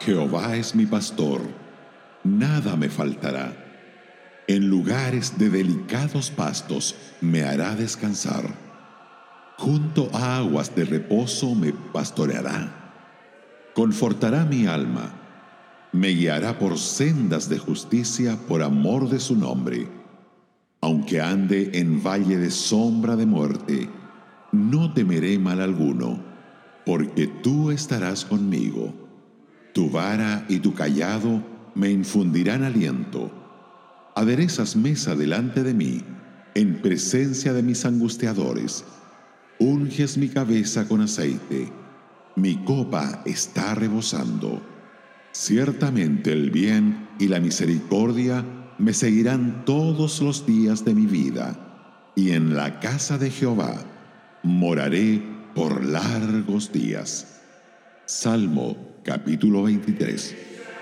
Jehová es mi pastor, nada me faltará. En lugares de delicados pastos me hará descansar. Junto a aguas de reposo me pastoreará. Confortará mi alma. Me guiará por sendas de justicia por amor de su nombre. Aunque ande en valle de sombra de muerte, no temeré mal alguno, porque tú estarás conmigo. Tu vara y tu cayado me infundirán aliento. Aderezas mesa delante de mí, en presencia de mis angustiadores. Unges mi cabeza con aceite, mi copa está rebosando. Ciertamente el bien y la misericordia me seguirán todos los días de mi vida, y en la casa de Jehová moraré por largos días. Salmo capítulo 23.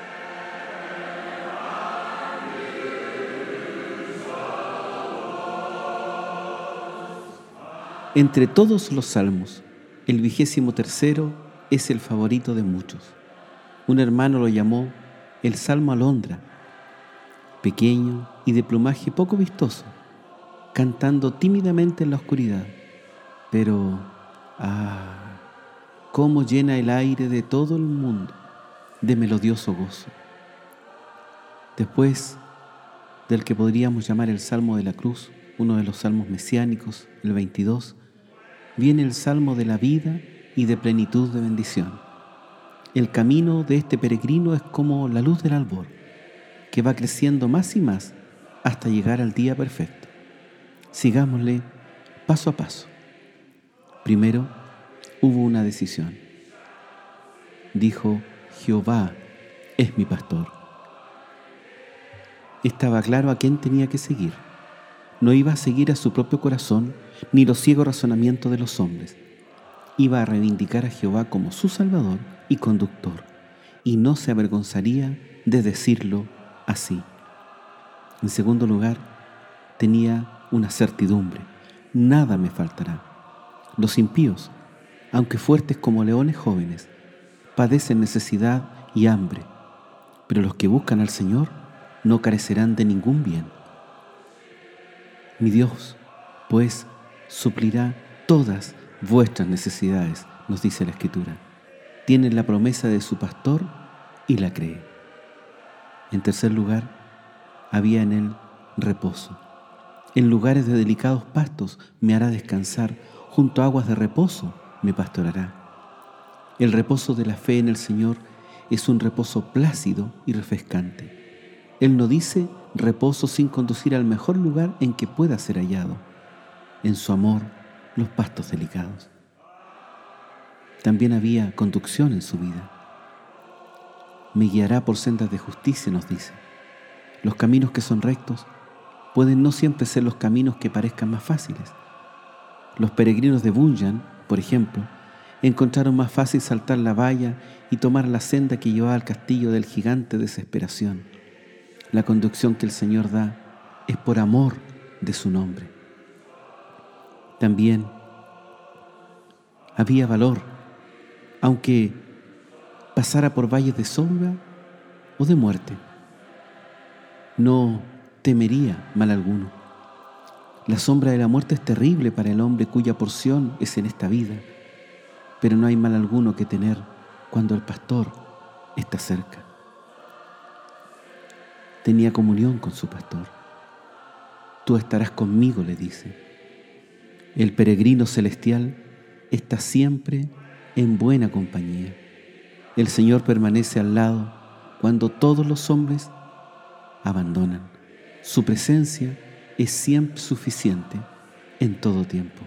Entre todos los salmos, el 23º es el favorito de muchos. Un hermano lo llamó el Salmo Alondra, pequeño y de plumaje poco vistoso, cantando tímidamente en la oscuridad. Pero, cómo llena el aire de todo el mundo de melodioso gozo. Después del que podríamos llamar el Salmo de la Cruz, uno de los salmos mesiánicos, el 22, viene el Salmo de la vida y de plenitud de bendición. El camino de este peregrino es como la luz del albor, que va creciendo más y más hasta llegar al día perfecto. Sigámosle paso a paso. Primero, hubo una decisión. Dijo: Jehová es mi pastor. Estaba claro a quién tenía que seguir. No iba a seguir a su propio corazón ni los ciegos razonamientos de los hombres. Iba a reivindicar a Jehová como su Salvador y conductor, y no se avergonzaría de decirlo así. En segundo lugar, tenía una certidumbre: nada me faltará. Los impíos, aunque fuertes como leones jóvenes, padecen necesidad y hambre, pero los que buscan al Señor no carecerán de ningún bien. Mi Dios, pues, suplirá todas vuestras necesidades, nos dice la Escritura. Tiene la promesa de su pastor y la cree. En tercer lugar, había en él reposo. En lugares de delicados pastos me hará descansar, junto a aguas de reposo me pastorará. El reposo de la fe en el Señor es un reposo plácido y refrescante. Él no dice reposo sin conducir al mejor lugar en que pueda ser hallado, en su amor, los pastos delicados. También había conducción en su vida. Me guiará por sendas de justicia, nos dice. Los caminos que son rectos pueden no siempre ser los caminos que parezcan más fáciles. Los peregrinos de Bunyan, por ejemplo, encontraron más fácil saltar la valla y tomar la senda que llevaba al castillo del gigante Desesperación. La conducción que el Señor da es por amor de su nombre. También había valor, aunque pasara por valles de sombra o de muerte. No temería mal alguno. La sombra de la muerte es terrible para el hombre cuya porción es en esta vida, pero no hay mal alguno que temer cuando el pastor está cerca. Tenía comunión con su pastor. Tú estarás conmigo, le dice. El peregrino celestial está siempre en buena compañía. El Señor permanece al lado cuando todos los hombres abandonan. Su presencia es siempre suficiente en todo tiempo.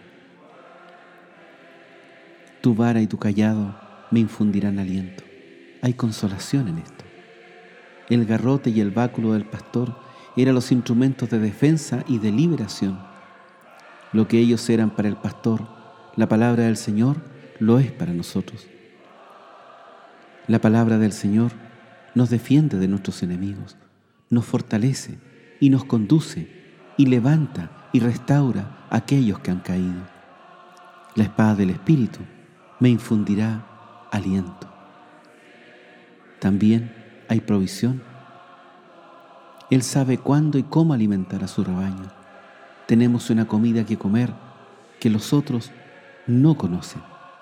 Tu vara y tu cayado me infundirán aliento. Hay consolación en esto. El garrote y el báculo del pastor eran los instrumentos de defensa y de liberación. Lo que ellos eran para el pastor, la palabra del Señor lo es para nosotros. La palabra del Señor nos defiende de nuestros enemigos, nos fortalece y nos conduce y levanta y restaura a aquellos que han caído. La espada del Espíritu me infundirá aliento. También hay provisión. Él sabe cuándo y cómo alimentar a su rebaño. Tenemos una comida que comer que los otros no conocen.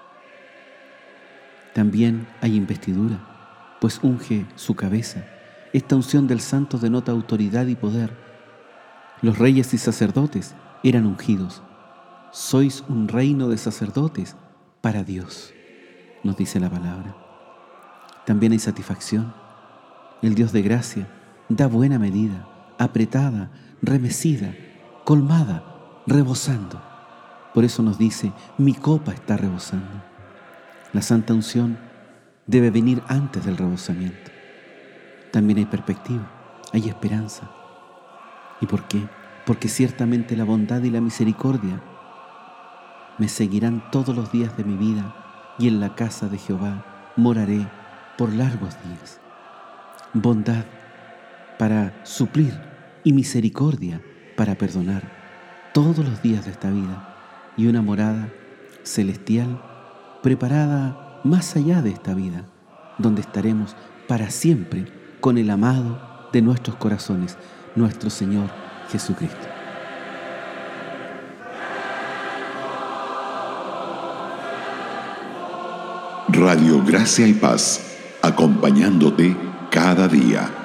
También hay investidura, pues unge su cabeza. Esta unción del Santo denota autoridad y poder. Los reyes y sacerdotes eran ungidos. Sois un reino de sacerdotes para Dios, nos dice la palabra. También hay satisfacción. El Dios de gracia da buena medida, apretada, remecida, colmada, rebosando. Por eso nos dice, mi copa está rebosando. La santa unción debe venir antes del rebosamiento. También hay perspectiva, hay esperanza. ¿Y por qué? Porque ciertamente la bondad y la misericordia me seguirán todos los días de mi vida, y en la casa de Jehová moraré por largos días. Bondad para suplir y misericordia para perdonar todos los días de esta vida, y una morada celestial preparada más allá de esta vida, donde estaremos para siempre con el amado de nuestros corazones, nuestro Señor Jesucristo. Radio Gracia y Paz, acompañándote cada día.